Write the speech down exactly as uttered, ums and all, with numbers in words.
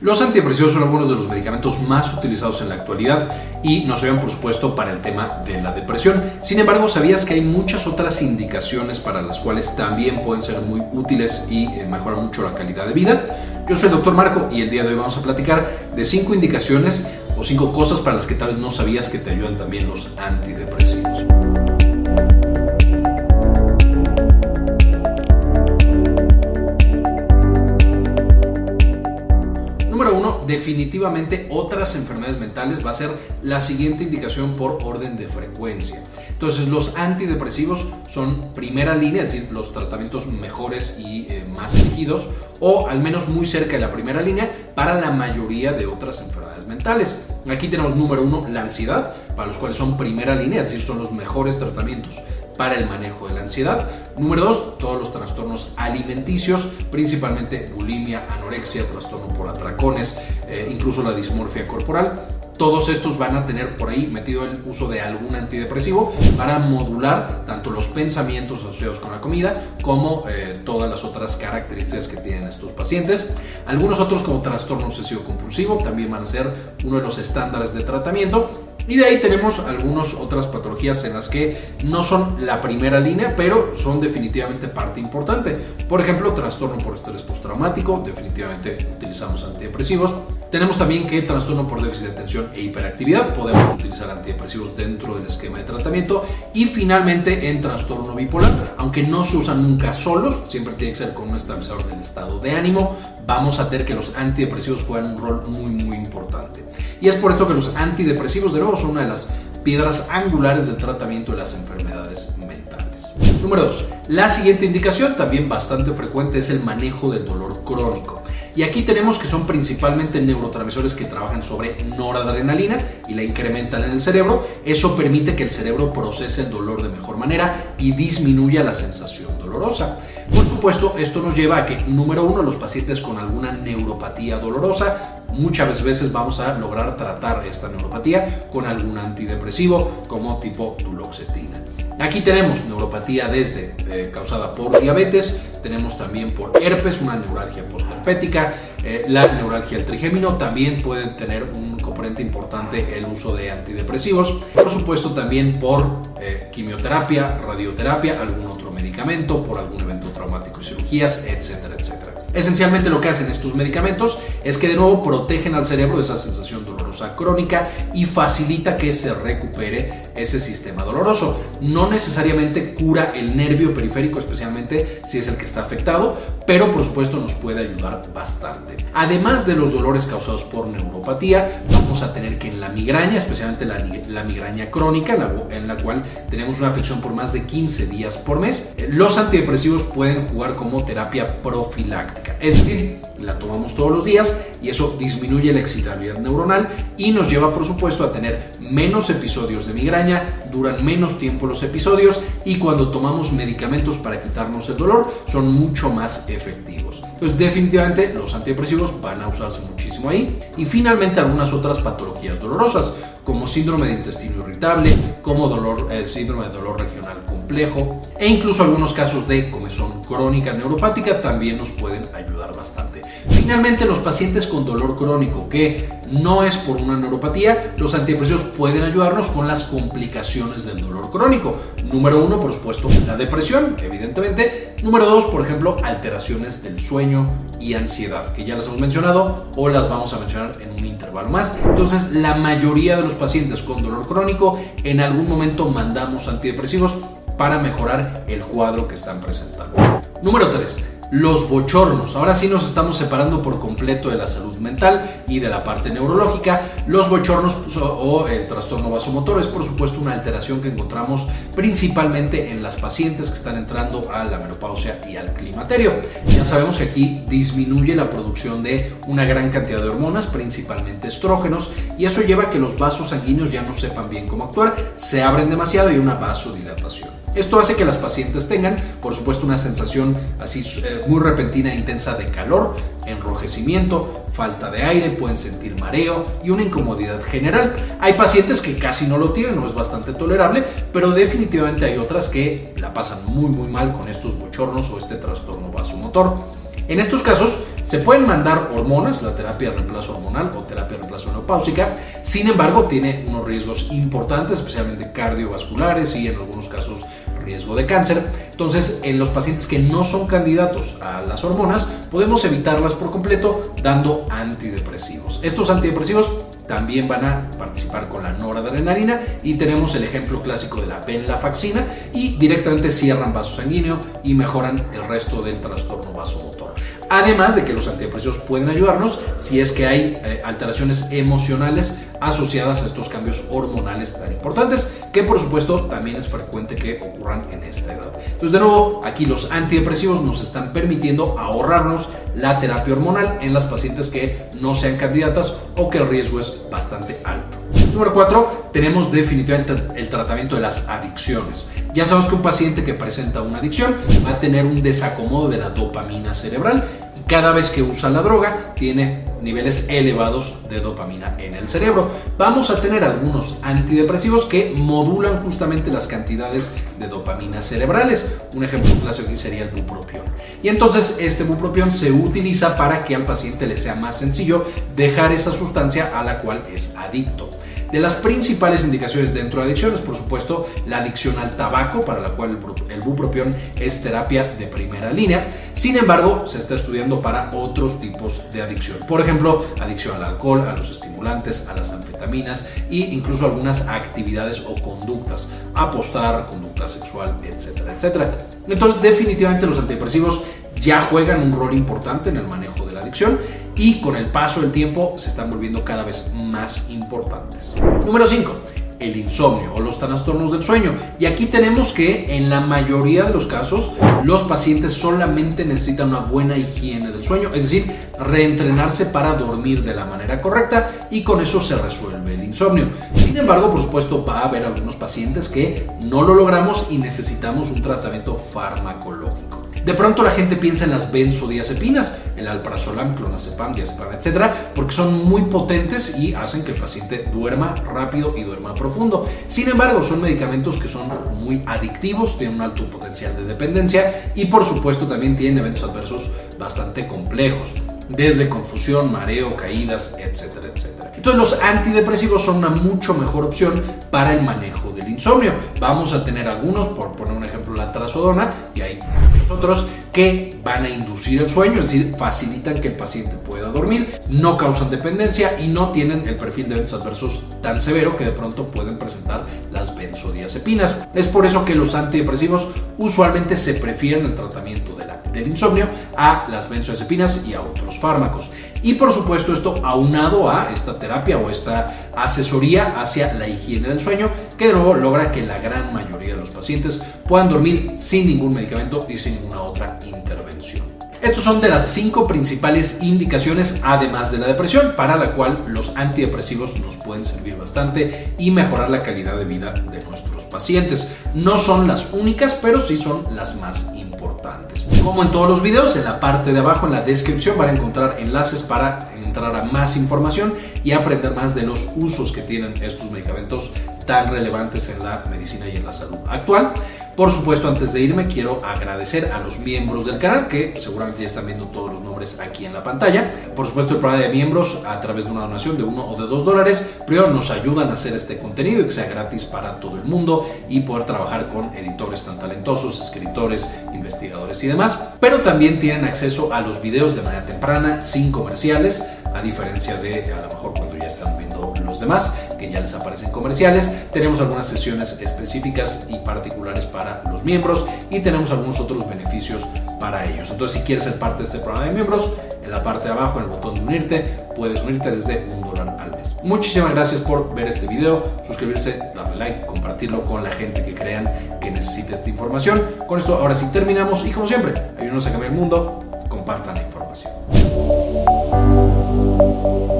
Los antidepresivos son algunos de los medicamentos más utilizados en la actualidad y nos ayudan, por supuesto, para el tema de la depresión. Sin embargo, ¿sabías que hay muchas otras indicaciones para las cuales también pueden ser muy útiles y eh, mejoran mucho la calidad de vida? Yo soy el doctor Marco y el día de hoy vamos a platicar de cinco indicaciones o cinco cosas para las que tal vez no sabías que te ayudan también los antidepresivos. Número uno, definitivamente otras enfermedades mentales va a ser la siguiente indicación por orden de frecuencia. Entonces, los antidepresivos son primera línea, es decir, los tratamientos mejores y eh, más elegidos, o al menos muy cerca de la primera línea para la mayoría de otras enfermedades mentales. Aquí tenemos número uno, la ansiedad, para los cuales son primera línea, es decir, son los mejores tratamientos para el manejo de la ansiedad. Número dos, todos los trastornos alimenticios, principalmente bulimia, anorexia, trastorno por atracones, eh, incluso la dismorfia corporal. Todos estos van a tener por ahí metido el uso de algún antidepresivo para modular tanto los pensamientos asociados con la comida como eh, todas las otras características que tienen estos pacientes. Algunos otros, como trastorno obsesivo compulsivo, también van a ser uno de los estándares de tratamiento. Y de ahí tenemos algunas otras patologías en las que no son la primera línea, pero son definitivamente parte importante. Por ejemplo, trastorno por estrés postraumático, definitivamente utilizamos antidepresivos. Tenemos también que trastorno por déficit de atención e hiperactividad, podemos utilizar antidepresivos dentro del esquema de tratamiento. Y finalmente en trastorno bipolar, aunque no se usan nunca solos, siempre tiene que ser con un estabilizador del estado de ánimo, vamos a tener que los antidepresivos juegan un rol muy muy importante. Y es por esto que los antidepresivos de nuevo son una de las piedras angulares del tratamiento de las enfermedades mentales. Número dos. La siguiente indicación, también bastante frecuente, es el manejo del dolor crónico. Y aquí tenemos que son principalmente neurotransmisores que trabajan sobre noradrenalina y la incrementan en el cerebro. Eso permite que el cerebro procese el dolor de mejor manera y disminuya la sensación dolorosa. Por supuesto, esto nos lleva a que, número uno, los pacientes con alguna neuropatía dolorosa, muchas veces vamos a lograr tratar esta neuropatía con algún antidepresivo como tipo duloxetina. Aquí tenemos neuropatía desde eh, causada por diabetes, tenemos también por herpes, una neuralgia postherpética, eh, la neuralgia del trigémino, también puede tener un componente importante el uso de antidepresivos, por supuesto también por eh, quimioterapia, radioterapia, algún otro medicamento, por algún evento traumático y cirugías, etcétera, etcétera. Esencialmente lo que hacen estos medicamentos es que de nuevo protegen al cerebro de esa sensación dolorosa crónica y facilita que se recupere ese sistema doloroso. No necesariamente cura el nervio periférico, especialmente si es el que está afectado, pero por supuesto nos puede ayudar bastante. Además de los dolores causados por neuropatía, vamos a tener que en la migraña, especialmente la, la migraña crónica, en la, en la cual tenemos una afección por más de quince días por mes, los antidepresivos pueden jugar como terapia profiláctica. Es decir, la tomamos todos los días y eso disminuye la excitabilidad neuronal y nos lleva, por supuesto, a tener menos episodios de migraña, duran menos tiempo los episodios y cuando tomamos medicamentos para quitarnos el dolor son mucho más efectivos. Entonces, definitivamente los antidepresivos van a usarse muchísimo ahí. Y finalmente algunas otras patologías dolorosas como síndrome de intestino irritable, como dolor, eh, síndrome de dolor regional complejo e incluso algunos casos de comezón crónica neuropática también nos pueden ayudar bastante. Finalmente, los pacientes con dolor crónico que no es por una neuropatía, los antidepresivos pueden ayudarnos con las complicaciones del dolor crónico. Número uno, por supuesto, la depresión, evidentemente. Número dos, por ejemplo, alteraciones del sueño y ansiedad, que ya las hemos mencionado o las vamos a mencionar en un intervalo más. Entonces, la mayoría de los pacientes con dolor crónico en algún momento mandamos antidepresivos para mejorar el cuadro que están presentando. Número tres. Los bochornos. Ahora sí nos estamos separando por completo de la salud mental y de la parte neurológica. Los bochornos pues, o, o el trastorno vasomotor es por supuesto una alteración que encontramos principalmente en las pacientes que están entrando a la menopausia y al climaterio. Ya sabemos que aquí disminuye la producción de una gran cantidad de hormonas, principalmente estrógenos, y eso lleva a que los vasos sanguíneos ya no sepan bien cómo actuar, se abren demasiado y hay una vasodilatación. Esto hace que las pacientes tengan, por supuesto, una sensación así eh, muy repentina e intensa de calor, enrojecimiento, falta de aire, pueden sentir mareo y una incomodidad general. Hay pacientes que casi no lo tienen, no es bastante tolerable, pero definitivamente hay otras que la pasan muy muy mal con estos bochornos o este trastorno vasomotor. En estos casos se pueden mandar hormonas, la terapia de reemplazo hormonal o terapia de reemplazo menopáusica. Sin embargo, tiene unos riesgos importantes, especialmente cardiovasculares y en algunos casos riesgo de cáncer. Entonces, en los pacientes que no son candidatos a las hormonas, podemos evitarlas por completo dando antidepresivos. Estos antidepresivos también van a participar con la noradrenalina y tenemos el ejemplo clásico de la venlafaxina y directamente cierran vaso sanguíneo y mejoran el resto del trastorno vasomotor. Además de que los antidepresivos pueden ayudarnos si es que hay eh, alteraciones emocionales asociadas a estos cambios hormonales tan importantes, que por supuesto también es frecuente que ocurran en esta edad. Entonces, de nuevo, aquí los antidepresivos nos están permitiendo ahorrarnos la terapia hormonal en las pacientes que no sean candidatas o que el riesgo es bastante alto. Número cuatro, tenemos definitivamente el tratamiento de las adicciones. Ya sabemos que un paciente que presenta una adicción va a tener un desacomodo de la dopamina cerebral y cada vez que usa la droga tiene niveles elevados de dopamina en el cerebro. Vamos a tener algunos antidepresivos que modulan justamente las cantidades de dopamina cerebrales. Un ejemplo clásico aquí sería el bupropión. Y entonces este bupropión se utiliza para que al paciente le sea más sencillo dejar esa sustancia a la cual es adicto. De las principales indicaciones dentro de adicciones, por supuesto, la adicción al tabaco, para la cual el bupropión es terapia de primera línea. Sin embargo, se está estudiando para otros tipos de adicción. Por ejemplo, adicción al alcohol, a los estimulantes, a las anfetaminas e incluso algunas actividades o conductas, apostar, conducta sexual, etcétera, etcétera. Entonces, definitivamente los antidepresivos ya juegan un rol importante en el manejo de la adicción y con el paso del tiempo se están volviendo cada vez más importantes. Número cinco. El insomnio o los trastornos del sueño. Y aquí tenemos que en la mayoría de los casos los pacientes solamente necesitan una buena higiene del sueño, es decir, reentrenarse para dormir de la manera correcta y con eso se resuelve el insomnio. Sin embargo, por supuesto, va a haber algunos pacientes que no lo logramos y necesitamos un tratamiento farmacológico. De pronto la gente piensa en las benzodiazepinas, el alprazolam, clonazepam, diazepam, etcétera, porque son muy potentes y hacen que el paciente duerma rápido y duerma profundo. Sin embargo, son medicamentos que son muy adictivos, tienen un alto potencial de dependencia y por supuesto también tienen eventos adversos bastante complejos, desde confusión, mareo, caídas, etcétera, etcétera. Entonces los antidepresivos son una mucho mejor opción para el manejo del insomnio. Vamos a tener algunos, por poner un ejemplo, la trazodona, y hay muchos otros que van a inducir el sueño, es decir, facilitan que el paciente pueda dormir, no causan dependencia y no tienen el perfil de eventos adversos tan severo que de pronto pueden presentar las benzodiazepinas. Es por eso que los antidepresivos usualmente se prefieren el tratamiento de la, del insomnio a las benzodiazepinas y a otros fármacos. Y por supuesto esto aunado a esta terapia o esta asesoría hacia la higiene del sueño, que de nuevo logra que la gran mayoría de los pacientes puedan dormir sin ningún medicamento y sin ninguna otra intervención. Estos son de las cinco principales indicaciones, además de la depresión, para la cual los antidepresivos nos pueden servir bastante y mejorar la calidad de vida de nuestros pacientes. No son las únicas, pero sí son las más importantes. Como en todos los videos, en la parte de abajo, en la descripción, van a encontrar enlaces para entrar a más información y aprender más de los usos que tienen estos medicamentos tan relevantes en la medicina y en la salud actual. Por supuesto, antes de irme, quiero agradecer a los miembros del canal, que seguramente ya están viendo todos los nombres aquí en la pantalla. Por supuesto, el programa de miembros, a través de una donación de uno o de dos dólares, primero nos ayudan a hacer este contenido y que sea gratis para todo el mundo y poder trabajar con editores tan talentosos, escritores, investigadores y demás. Pero también tienen acceso a los videos de manera temprana, sin comerciales, a diferencia de a lo mejor cuando ya están viendo los demás, que ya les aparecen comerciales. Tenemos algunas sesiones específicas y particulares para los miembros y tenemos algunos otros beneficios para ellos. Entonces, si quieres ser parte de este programa de miembros, en la parte de abajo, en el botón de unirte, puedes unirte desde un dólar al mes. Muchísimas gracias por ver este video, suscribirse, darle like, compartirlo con la gente que crean que necesite esta información. Con esto ahora sí terminamos y como siempre, ayúdenos a cambiar el mundo, compartan la información.